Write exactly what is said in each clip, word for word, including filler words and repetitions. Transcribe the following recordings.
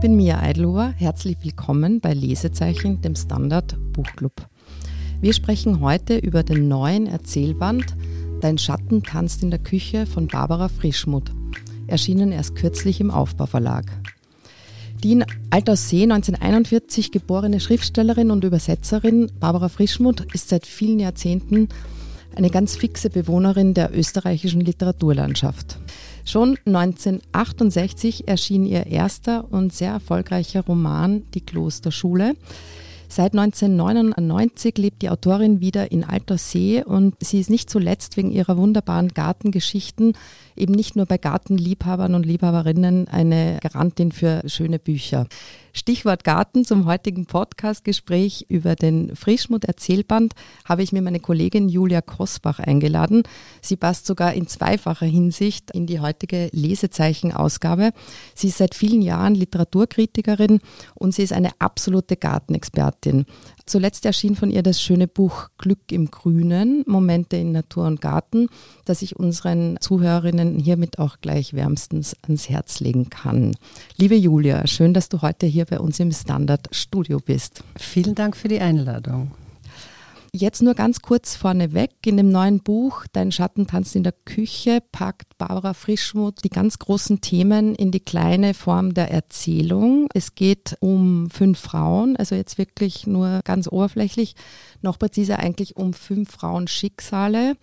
bin Mia Eidlower. Herzlich willkommen bei Lesezeichen, dem Standard Buchclub. Wir sprechen heute über den neuen Erzählband Dein Schatten tanzt in der Küche von Barbara Frischmuth, erschienen erst kürzlich im Aufbau Verlag. Die in Altaussee neunzehnhunderteinundvierzig geborene Schriftstellerin und Übersetzerin Barbara Frischmuth ist seit vielen Jahrzehnten eine ganz fixe Bewohnerin der österreichischen Literaturlandschaft. Schon neunzehnhundertachtundsechzig erschien ihr erster und sehr erfolgreicher Roman Die Klosterschule. Seit neunzehnhundertneunundneunzig lebt die Autorin wieder in Altaussee und sie ist nicht zuletzt wegen ihrer wunderbaren Gartengeschichten eben nicht nur bei Gartenliebhabern und Liebhaberinnen eine Garantin für schöne Bücher. Stichwort Garten zum heutigen Podcast-Gespräch über den Frischmuth-Erzählband habe ich mir meine Kollegin Julia Kosbach eingeladen. Sie passt sogar in zweifacher Hinsicht in die heutige Lesezeichen-Ausgabe. Sie ist seit vielen Jahren Literaturkritikerin und sie ist eine absolute Gartenexpertin. Zuletzt erschien von ihr das schöne Buch Glück im Grünen, Momente in Natur und Garten, das ich unseren Zuhörerinnen hiermit auch gleich wärmstens ans Herz legen kann. Liebe Julia, schön, dass du heute hier bei uns im Standard-Studio bist. Vielen Dank für die Einladung. Jetzt nur ganz kurz vorneweg, in dem neuen Buch Dein Schatten tanzt in der Küche packt Barbara Frischmuth die ganz großen Themen in die kleine Form der Erzählung. Es geht um fünf Frauen, also jetzt wirklich nur ganz oberflächlich, noch präziser eigentlich um fünf Frauenschicksale.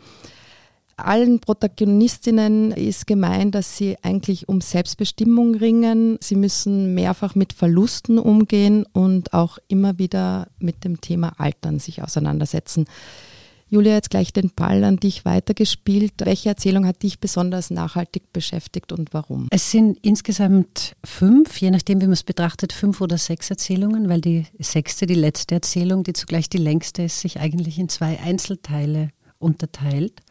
Allen Protagonistinnen ist gemeint, dass sie eigentlich um Selbstbestimmung ringen. Sie müssen mehrfach mit Verlusten umgehen und auch immer wieder mit dem Thema Altern sich auseinandersetzen. Julia, jetzt gleich den Ball an dich weitergespielt. Welche Erzählung hat dich besonders nachhaltig beschäftigt und warum? Es sind insgesamt fünf, je nachdem wie man es betrachtet, fünf oder sechs Erzählungen, weil die sechste, die letzte Erzählung, die zugleich die längste ist, sich eigentlich in zwei Einzelteile unterteilt.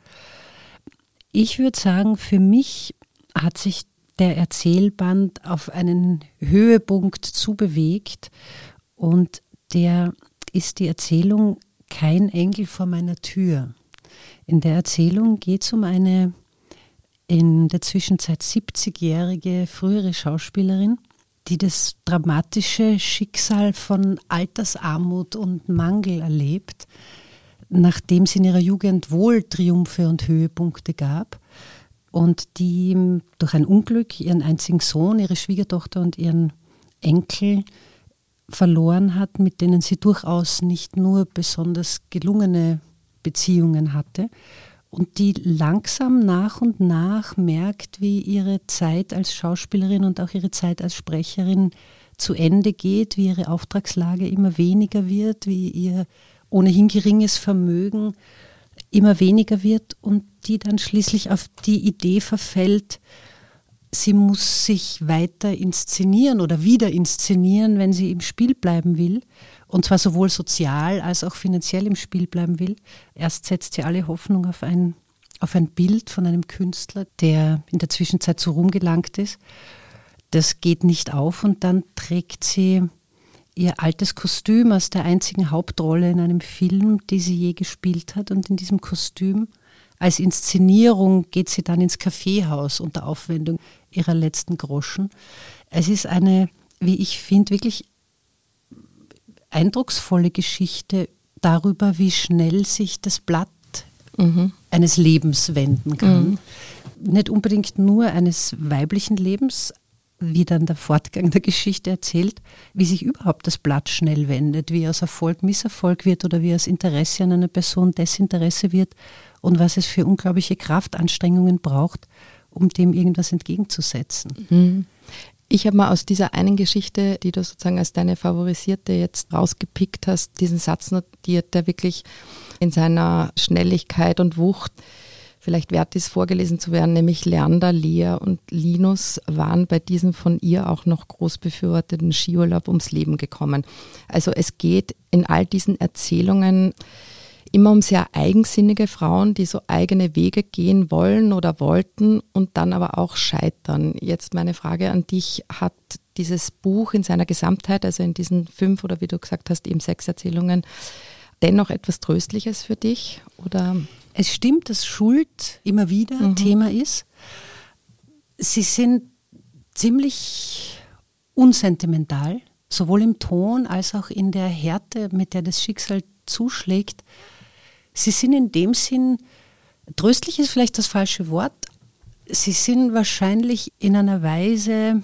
Ich würde sagen, für mich hat sich der Erzählband auf einen Höhepunkt zubewegt und der ist die Erzählung Kein Engel vor meiner Tür. In der Erzählung geht es um eine in der Zwischenzeit siebzigjährige frühere Schauspielerin, die das dramatische Schicksal von Altersarmut und Mangel erlebt, nachdem es in ihrer Jugend wohl Triumphe und Höhepunkte gab und die durch ein Unglück ihren einzigen Sohn, ihre Schwiegertochter und ihren Enkel verloren hat, mit denen sie durchaus nicht nur besonders gelungene Beziehungen hatte und die langsam nach und nach merkt, wie ihre Zeit als Schauspielerin und auch ihre Zeit als Sprecherin zu Ende geht, wie ihre Auftragslage immer weniger wird, wie ihr ohnehin geringes Vermögen immer weniger wird und die dann schließlich auf die Idee verfällt, sie muss sich weiter inszenieren oder wieder inszenieren, wenn sie im Spiel bleiben will. Und zwar sowohl sozial als auch finanziell im Spiel bleiben will. Erst setzt sie alle Hoffnung auf ein, auf ein Bild von einem Künstler, der in der Zwischenzeit zu Ruhm gelangt ist. Das geht nicht auf und dann trägt sie ihr altes Kostüm aus der einzigen Hauptrolle in einem Film, die sie je gespielt hat. Und in diesem Kostüm als Inszenierung geht sie dann ins Kaffeehaus unter Aufwendung ihrer letzten Groschen. Es ist eine, wie ich finde, wirklich eindrucksvolle Geschichte darüber, wie schnell sich das Blatt mhm. eines Lebens wenden kann. Mhm. Nicht unbedingt nur eines weiblichen Lebens, wie dann der Fortgang der Geschichte erzählt, wie sich überhaupt das Blatt schnell wendet, wie aus Erfolg Misserfolg wird oder wie aus Interesse an einer Person Desinteresse wird und was es für unglaubliche Kraftanstrengungen braucht, um dem irgendwas entgegenzusetzen. Ich habe mal aus dieser einen Geschichte, die du sozusagen als deine favorisierte jetzt rausgepickt hast, diesen Satz notiert, der wirklich in seiner Schnelligkeit und Wucht vielleicht wert ist, vorgelesen zu werden, nämlich Leander, Lea und Linus waren bei diesem von ihr auch noch groß befürworteten Skiurlaub ums Leben gekommen. Also es geht in all diesen Erzählungen immer um sehr eigensinnige Frauen, die so eigene Wege gehen wollen oder wollten und dann aber auch scheitern. Jetzt meine Frage an dich, hat dieses Buch in seiner Gesamtheit, also in diesen fünf oder wie du gesagt hast, eben sechs Erzählungen, dennoch etwas Tröstliches für dich? Oder? Es stimmt, dass Schuld immer wieder mhm. Thema ist. Sie sind ziemlich unsentimental, sowohl im Ton als auch in der Härte, mit der das Schicksal zuschlägt. Sie sind in dem Sinn, tröstlich ist vielleicht das falsche Wort, sie sind wahrscheinlich in einer Weise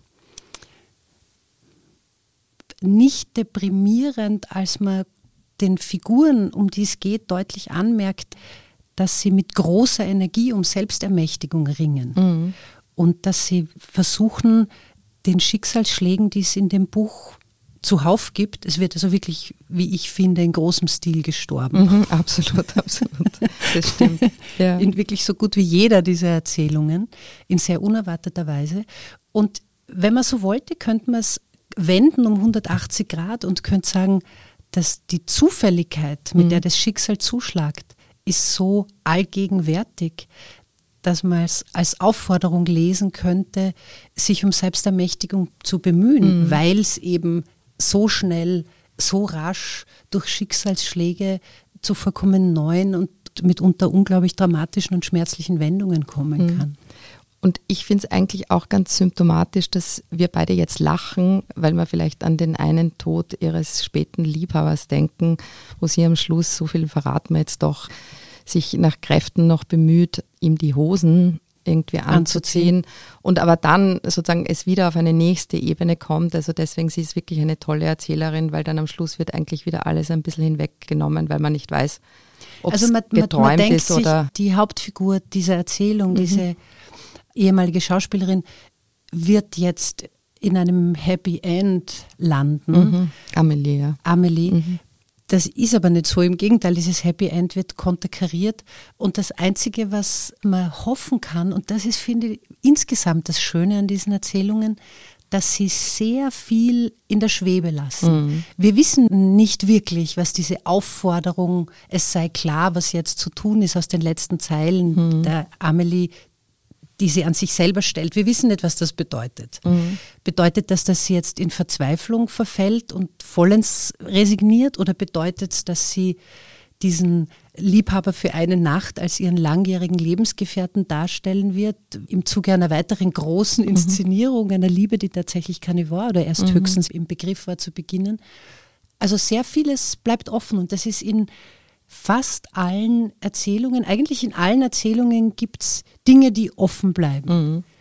nicht deprimierend, als man den Figuren, um die es geht, deutlich anmerkt, dass sie mit großer Energie um Selbstermächtigung ringen. Mhm. Und dass sie versuchen, den Schicksalsschlägen, die es in dem Buch zuhauf gibt, es wird also wirklich, wie ich finde, in großem Stil gestorben. Mhm, absolut, absolut. Das stimmt. Ja. In wirklich so gut wie jeder dieser Erzählungen, in sehr unerwarteter Weise. Und wenn man so wollte, könnte man es wenden um hundertachtzig Grad und könnte sagen, dass die Zufälligkeit, mit mhm. der das Schicksal zuschlagt, ist so allgegenwärtig, dass man es als Aufforderung lesen könnte, sich um Selbstermächtigung zu bemühen, mhm. weil es eben so schnell, so rasch durch Schicksalsschläge zu vollkommen neuen und mitunter unglaublich dramatischen und schmerzlichen Wendungen kommen mhm. kann. Und ich finde es eigentlich auch ganz symptomatisch, dass wir beide jetzt lachen, weil wir vielleicht an den einen Tod ihres späten Liebhabers denken, wo sie am Schluss, so viel verraten wir jetzt doch, sich nach Kräften noch bemüht, ihm die Hosen irgendwie anzuziehen. anzuziehen. Und aber dann sozusagen es wieder auf eine nächste Ebene kommt. Also deswegen, sie ist wirklich eine tolle Erzählerin, weil dann am Schluss wird eigentlich wieder alles ein bisschen hinweggenommen, weil man nicht weiß, ob es also man, geträumt man, man denkt ist oder... Sich, die Hauptfigur dieser Erzählung, mhm. diese ehemalige Schauspielerin, wird jetzt in einem Happy End landen. Mhm. Amelie, ja. Amelie. Mhm. Das ist aber nicht so. Im Gegenteil, dieses Happy End wird konterkariert. Und das Einzige, was man hoffen kann, und das ist, finde ich, insgesamt das Schöne an diesen Erzählungen, dass sie sehr viel in der Schwebe lassen. Mhm. Wir wissen nicht wirklich, was diese Aufforderung, es sei klar, was jetzt zu tun ist, aus den letzten Zeilen mhm. der Amelie, die sie an sich selber stellt. Wir wissen nicht, was das bedeutet. Mhm. Bedeutet das, dass sie jetzt in Verzweiflung verfällt und vollends resigniert, oder bedeutet es, dass sie diesen Liebhaber für eine Nacht als ihren langjährigen Lebensgefährten darstellen wird, im Zuge einer weiteren großen Inszenierung, mhm. einer Liebe, die tatsächlich keine war oder erst mhm. höchstens im Begriff war zu beginnen. Also sehr vieles bleibt offen, und das ist in fast allen Erzählungen, eigentlich in allen Erzählungen gibt es Dinge, die offen bleiben. Mhm.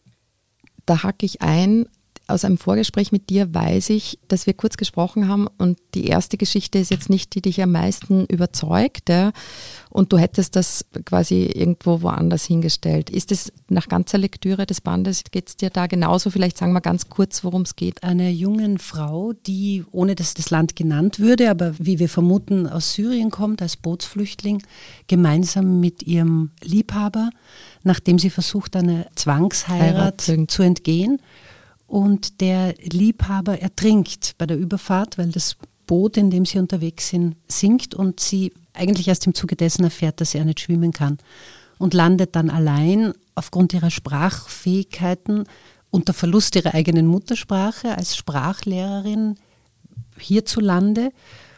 Da hake ich ein. Aus einem Vorgespräch mit dir weiß ich, dass wir kurz gesprochen haben, und die erste Geschichte ist jetzt nicht die, die dich am meisten überzeugt, ja, und du hättest das quasi irgendwo woanders hingestellt. Ist es nach ganzer Lektüre des Bandes, geht es dir da genauso? Vielleicht sagen wir ganz kurz, worum es geht. Einer jungen Frau, die, ohne dass das Land genannt würde, aber wie wir vermuten, aus Syrien kommt, als Bootsflüchtling, gemeinsam mit ihrem Liebhaber, nachdem sie versucht, einer Zwangsheirat Heirat. zu entgehen. Und der Liebhaber ertrinkt bei der Überfahrt, weil das Boot, in dem sie unterwegs sind, sinkt und sie eigentlich erst im Zuge dessen erfährt, dass er nicht schwimmen kann, und landet dann allein aufgrund ihrer Sprachfähigkeiten unter Verlust ihrer eigenen Muttersprache als Sprachlehrerin hierzulande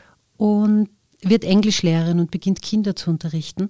und wird Englischlehrerin und beginnt Kinder zu unterrichten.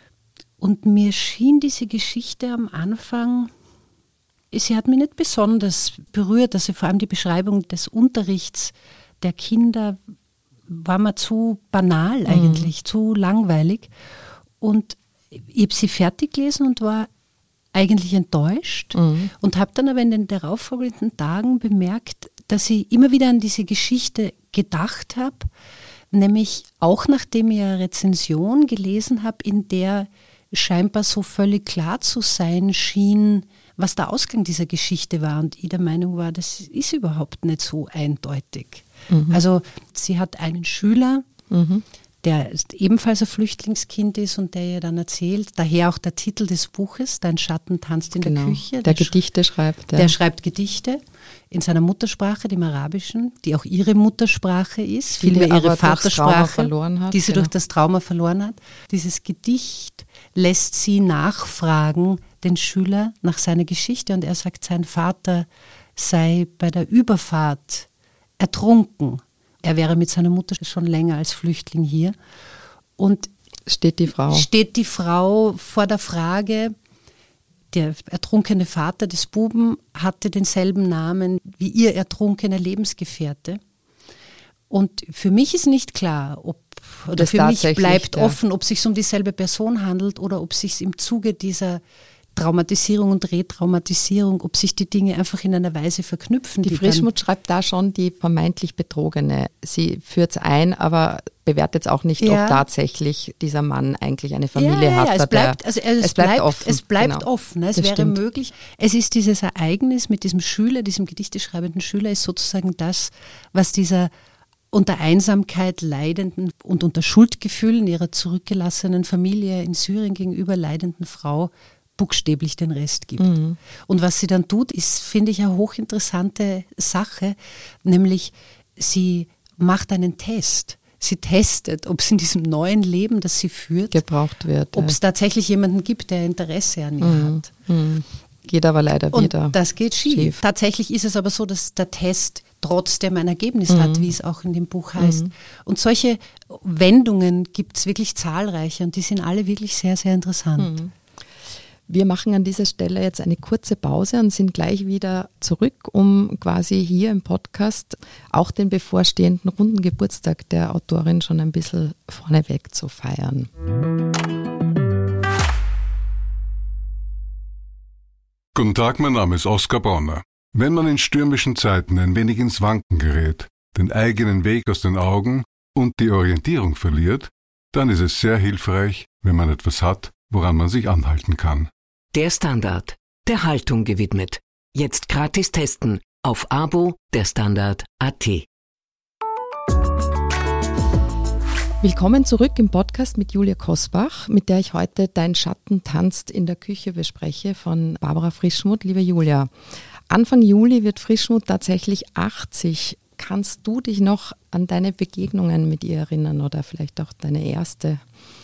Und mir schien diese Geschichte am Anfang... Sie hat mich nicht besonders berührt, also vor allem die Beschreibung des Unterrichts der Kinder war mir zu banal eigentlich, mhm. zu langweilig. Und ich habe sie fertig gelesen und war eigentlich enttäuscht mhm. und habe dann aber in den darauffolgenden Tagen bemerkt, dass ich immer wieder an diese Geschichte gedacht habe, nämlich auch nachdem ich eine Rezension gelesen habe, in der scheinbar so völlig klar zu sein schien, was der Ausgang dieser Geschichte war, und ich der Meinung war, das ist überhaupt nicht so eindeutig. Mhm. Also sie hat einen Schüler, mhm. der ebenfalls ein Flüchtlingskind ist und der ihr dann erzählt, daher auch der Titel des Buches, Dein Schatten tanzt in genau. der Küche. Der, der Gedichte schreibt. Der. der schreibt Gedichte in seiner Muttersprache, dem Arabischen, die auch ihre Muttersprache ist, vielmehr ihre Vatersprache, hat, die sie genau. durch das Trauma verloren hat. Dieses Gedicht lässt sie nachfragen, den Schüler, nach seiner Geschichte, und er sagt, sein Vater sei bei der Überfahrt ertrunken. Er wäre mit seiner Mutter schon länger als Flüchtling hier. Und steht die Frau. steht die Frau vor der Frage, Der ertrunkene Vater des Buben hatte denselben Namen wie ihr ertrunkener Lebensgefährte. Und für mich ist nicht klar, ob, oder das für mich bleibt ja. offen, ob es sich um dieselbe Person handelt oder ob es sich im Zuge dieser Traumatisierung und Retraumatisierung, ob sich die Dinge einfach in einer Weise verknüpfen. Die, die Frischmuth schreibt da schon die vermeintlich Betrogene. Sie führt es ein, aber bewertet jetzt auch nicht, ja. ob tatsächlich dieser Mann eigentlich eine Familie ja, hat. Ja, es bleibt, also es es bleibt bleibt offen. Es bleibt genau. offen. Es das wäre stimmt. möglich. Es ist dieses Ereignis mit diesem Schüler, diesem Gedichte schreibenden Schüler, ist sozusagen das, was dieser unter Einsamkeit leidenden und unter Schuldgefühlen ihrer zurückgelassenen Familie in Syrien gegenüber leidenden Frau buchstäblich den Rest gibt. Mhm. Und was sie dann tut, ist, finde ich, eine hochinteressante Sache, nämlich sie macht einen Test. Sie testet, ob es in diesem neuen Leben, das sie führt, gebraucht wird. Ob es ja. tatsächlich jemanden gibt, der Interesse an ihr mhm. hat. Mhm. Geht aber leider und wieder. Das geht schief. schief. Tatsächlich ist es aber so, dass der Test trotzdem ein Ergebnis mhm. hat, wie es auch in dem Buch heißt. Mhm. Und solche Wendungen gibt es wirklich zahlreiche und die sind alle wirklich sehr, sehr interessant. Mhm. Wir machen an dieser Stelle jetzt eine kurze Pause und sind gleich wieder zurück, um quasi hier im Podcast auch den bevorstehenden runden Geburtstag der Autorin schon ein bisschen vorneweg zu feiern. Guten Tag, mein Name ist Oskar Bronner. Wenn man in stürmischen Zeiten ein wenig ins Wanken gerät, den eigenen Weg aus den Augen und die Orientierung verliert, dann ist es sehr hilfreich, wenn man etwas hat, woran man sich anhalten kann. Der Standard, der Haltung gewidmet. Jetzt gratis testen auf Abo der Standard punkt at. Willkommen zurück im Podcast mit Julia Kosbach, mit der ich heute Dein Schatten tanzt in der Küche bespreche von Barbara Frischmuth. Liebe Julia, Anfang Juli wird Frischmuth tatsächlich achtzig. Kannst du dich noch an deine Begegnungen mit ihr erinnern oder vielleicht auch deine erste?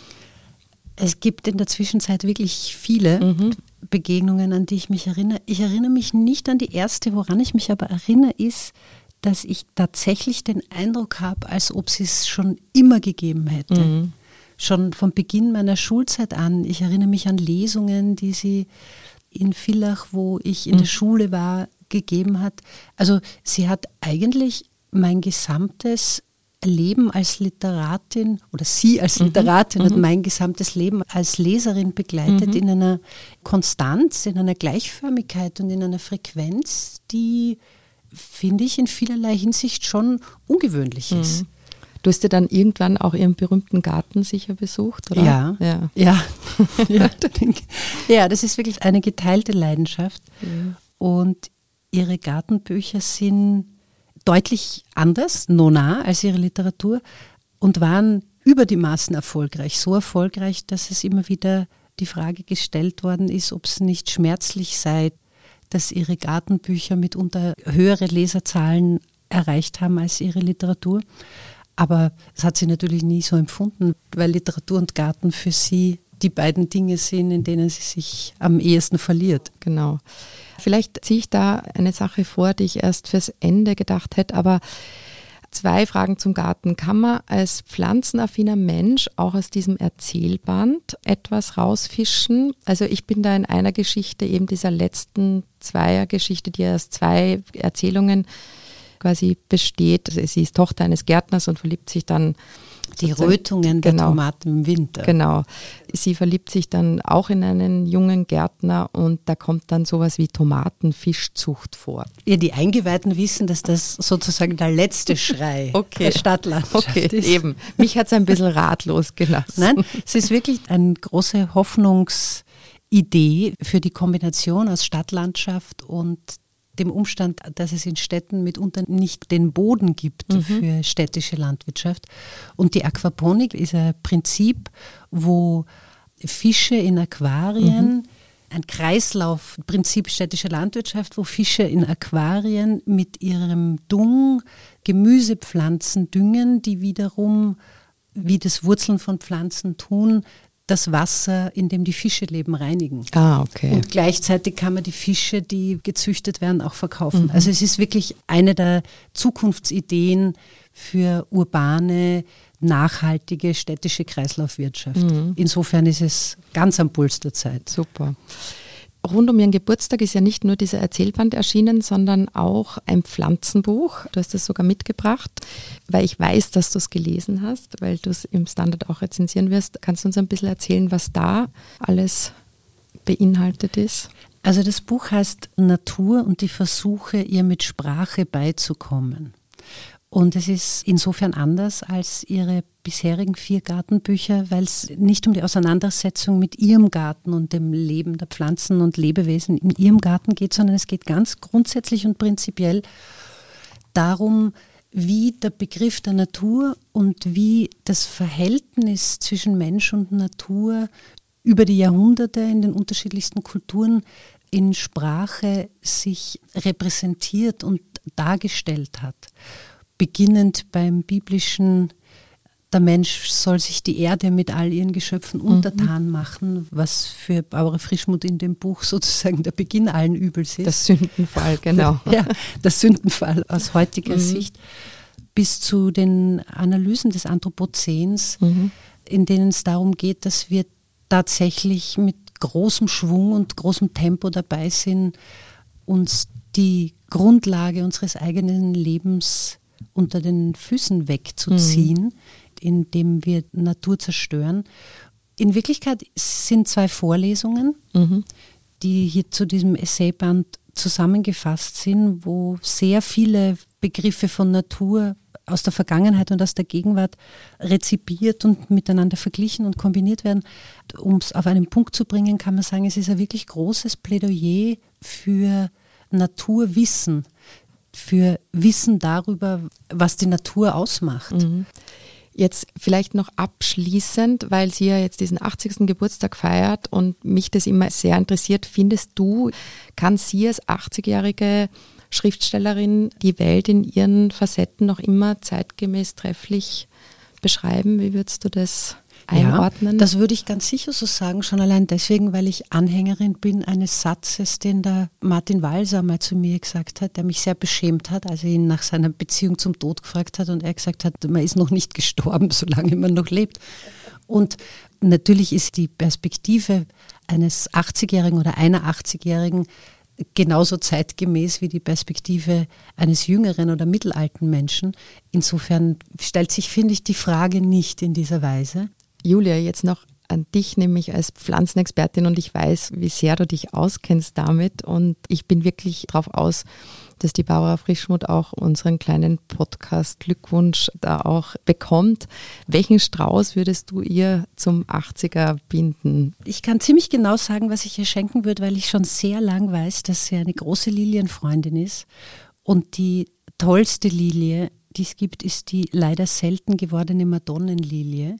Es gibt in der Zwischenzeit wirklich viele mhm. Begegnungen, an die ich mich erinnere. Ich erinnere mich nicht an die erste, woran ich mich aber erinnere, ist, dass ich tatsächlich den Eindruck habe, als ob sie es schon immer gegeben hätte. Mhm. Schon vom Beginn meiner Schulzeit an. Ich erinnere mich an Lesungen, die sie in Villach, wo ich in mhm. der Schule war, gegeben hat. Also sie hat eigentlich mein gesamtes Leben als Literatin oder sie als Literatin mhm. hat mein gesamtes Leben als Leserin begleitet mhm. in einer Konstanz, in einer Gleichförmigkeit und in einer Frequenz, die, finde ich, in vielerlei Hinsicht schon ungewöhnlich ist. Mhm. Du hast ja dann irgendwann auch ihren berühmten Garten sicher besucht, oder? Ja, ja, ja. ja, ja das ist wirklich eine geteilte Leidenschaft. Mhm. Und ihre Gartenbücher sind deutlich anders, nona, als ihre Literatur und waren über die Maßen erfolgreich. So erfolgreich, dass es immer wieder die Frage gestellt worden ist, ob es nicht schmerzlich sei, dass ihre Gartenbücher mitunter höhere Leserzahlen erreicht haben als ihre Literatur. Aber das hat sie natürlich nie so empfunden, weil Literatur und Garten für sie die beiden Dinge sind, in denen sie sich am ehesten verliert. Genau. Vielleicht ziehe ich da eine Sache vor, die ich erst fürs Ende gedacht hätte, aber zwei Fragen zum Garten. Kann man als pflanzenaffiner Mensch auch aus diesem Erzählband etwas rausfischen? Also ich bin da in einer Geschichte, eben dieser letzten Zweiergeschichte, die aus zwei Erzählungen quasi besteht. Also sie ist Tochter eines Gärtners und verliebt sich dann Die Rötungen der genau, Tomaten im Winter. Genau. Sie verliebt sich dann auch in einen jungen Gärtner und da kommt dann sowas wie Tomatenfischzucht vor. Ja, die Eingeweihten wissen, dass das sozusagen der letzte Schrei okay. der Stadtlandschaft okay, ist. Eben. Mich hat es ein bisschen ratlos gelassen. Nein, es ist wirklich eine große Hoffnungsidee für die Kombination aus Stadtlandschaft und dem Umstand, dass es in Städten mitunter nicht den Boden gibt mhm. für städtische Landwirtschaft. Und die Aquaponik ist ein Prinzip, wo Fische in Aquarien, mhm. ein Kreislaufprinzip städtischer Landwirtschaft, wo Fische in Aquarien mit ihrem Dung Gemüsepflanzen düngen, die wiederum, wie das Wurzeln von Pflanzen tun, das Wasser, in dem die Fische leben, reinigen. Ah, okay. Und gleichzeitig kann man die Fische, die gezüchtet werden, auch verkaufen. Mhm. Also es ist wirklich eine der Zukunftsideen für urbane, nachhaltige städtische Kreislaufwirtschaft. Mhm. Insofern ist es ganz am Puls der Zeit. Super. rund um Ihren Geburtstag ist ja nicht nur dieser Erzählband erschienen, sondern auch ein Pflanzenbuch. Du hast es sogar mitgebracht, weil ich weiß, dass du es gelesen hast, weil du es im Standard auch rezensieren wirst. Kannst du uns ein bisschen erzählen, was da alles beinhaltet ist? Also das Buch heißt Natur und die Versuche, ihr mit Sprache beizukommen. Und es ist insofern anders als ihre bisherigen vier Gartenbücher, weil es nicht um die Auseinandersetzung mit ihrem Garten und dem Leben der Pflanzen und Lebewesen in ihrem Garten geht, sondern es geht ganz grundsätzlich und prinzipiell darum, wie der Begriff der Natur und wie das Verhältnis zwischen Mensch und Natur über die Jahrhunderte in den unterschiedlichsten Kulturen in Sprache sich repräsentiert und dargestellt hat. Beginnend beim biblischen, der Mensch soll sich die Erde mit all ihren Geschöpfen untertan machen, was für Barbara Frischmuth in dem Buch sozusagen der Beginn allen Übels ist. Der Sündenfall, genau. Ja, der Sündenfall aus heutiger mhm. Sicht, bis zu den Analysen des Anthropozäns, mhm. in denen es darum geht, dass wir tatsächlich mit großem Schwung und großem Tempo dabei sind, uns die Grundlage unseres eigenen Lebens unter den Füßen wegzuziehen, mhm. indem wir Natur zerstören. In Wirklichkeit sind zwei Vorlesungen, mhm. die hier zu diesem Essayband zusammengefasst sind, wo sehr viele Begriffe von Natur aus der Vergangenheit und aus der Gegenwart rezipiert und miteinander verglichen und kombiniert werden. Um es auf einen Punkt zu bringen, kann man sagen, es ist ein wirklich großes Plädoyer für Naturwissen, für Wissen darüber, was die Natur ausmacht. Mhm. Jetzt vielleicht noch abschließend, weil sie ja jetzt diesen achtzigsten Geburtstag feiert und mich das immer sehr interessiert, findest du, kann sie als achtzigjährige Schriftstellerin die Welt in ihren Facetten noch immer zeitgemäß trefflich beschreiben? Wie würdest du das einordnen? Ja, das würde ich ganz sicher so sagen, schon allein deswegen, weil ich Anhängerin bin eines Satzes, den der Martin Walser mal zu mir gesagt hat, der mich sehr beschämt hat, als er ihn nach seiner Beziehung zum Tod gefragt hat und er gesagt hat, man ist noch nicht gestorben, solange man noch lebt. Und natürlich ist die Perspektive eines achtzigjährigen oder einer achtzigjährigen genauso zeitgemäß wie die Perspektive eines jüngeren oder mittelalten Menschen. Insofern stellt sich, finde ich, die Frage nicht in dieser Weise. Julia, jetzt noch an dich, nämlich als Pflanzenexpertin, und ich weiß, wie sehr du dich auskennst damit, und ich bin wirklich darauf aus, dass die Barbara Frischmuth auch unseren kleinen Podcast-Glückwunsch da auch bekommt. Welchen Strauß würdest du ihr zum achtziger binden? Ich kann ziemlich genau sagen, was ich ihr schenken würde, weil ich schon sehr lang weiß, dass sie eine große Lilienfreundin ist. Und die tollste Lilie, die es gibt, ist die leider selten gewordene Madonnenlilie.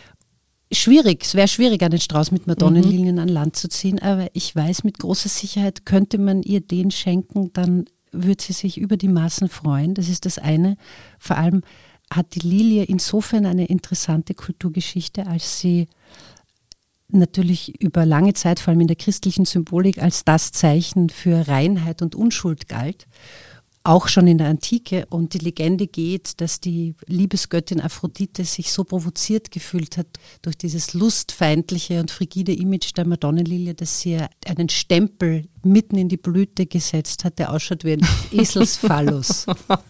Schwierig, es wäre schwierig, einen Strauß mit Madonnenlilien mhm. an Land zu ziehen, aber ich weiß, mit großer Sicherheit könnte man ihr den schenken, dann würde sie sich über die Maßen freuen. Das ist das eine. Vor allem hat die Lilie insofern eine interessante Kulturgeschichte, als sie natürlich über lange Zeit, vor allem in der christlichen Symbolik, als das Zeichen für Reinheit und Unschuld galt. Auch schon in der Antike, und die Legende geht, dass die Liebesgöttin Aphrodite sich so provoziert gefühlt hat durch dieses lustfeindliche und frigide Image der Madonnenlilie, dass sie einen Stempel mitten in die Blüte gesetzt hat, der ausschaut wie ein Eselsphallus.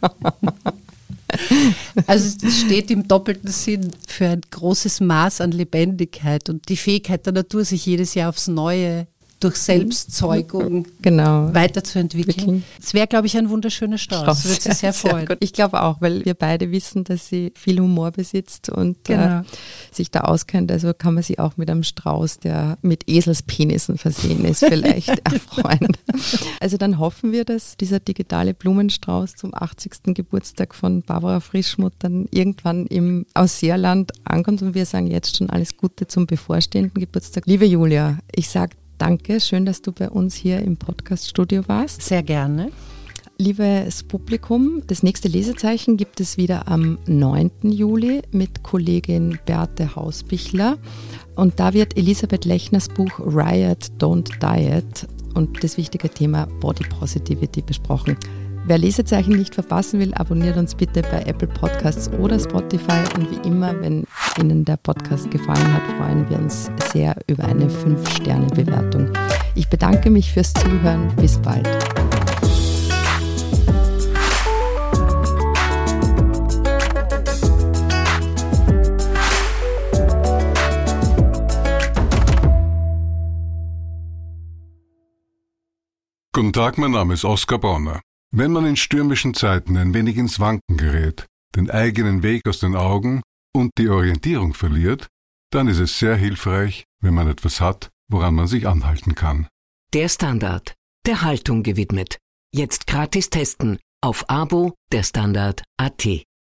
Also es steht im doppelten Sinn für ein großes Maß an Lebendigkeit und die Fähigkeit der Natur, sich jedes Jahr aufs Neue durch Selbstzeugung genau. weiterzuentwickeln. Es wäre, glaube ich, ein wunderschöner Strauß. Würde sie sehr freuen. Sehr ich glaube auch, weil wir beide wissen, dass sie viel Humor besitzt und genau. äh, sich da auskennt. Also kann man sie auch mit einem Strauß, der mit Eselspenissen versehen ist, vielleicht erfreuen. Also dann hoffen wir, dass dieser digitale Blumenstrauß zum achtzigsten Geburtstag von Barbara Frischmuth dann irgendwann im Ausseerland ankommt, und wir sagen jetzt schon alles Gute zum bevorstehenden Geburtstag. Liebe Julia, ich sage danke, schön, dass du bei uns hier im Podcast-Studio warst. Sehr gerne. Liebes Publikum, das nächste Lesezeichen gibt es wieder am neunten Juli mit Kollegin Berthe Hausbichler. Und da wird Elisabeth Lechners Buch Riot, Don't Diet und das wichtige Thema Body Positivity besprochen. Wer Lesezeichen nicht verpassen will, abonniert uns bitte bei Apple Podcasts oder Spotify. Und wie immer, wenn Ihnen der Podcast gefallen hat, freuen wir uns sehr über eine fünf Sterne Bewertung. Ich bedanke mich fürs Zuhören. Bis bald. Guten Tag, mein Name ist Oskar Bronner. Wenn man in stürmischen Zeiten ein wenig ins Wanken gerät, den eigenen Weg aus den Augen und die Orientierung verliert, dann ist es sehr hilfreich, wenn man etwas hat, woran man sich anhalten kann. Der Standard, der Haltung gewidmet. Jetzt gratis testen auf Abo der Standard punkt at.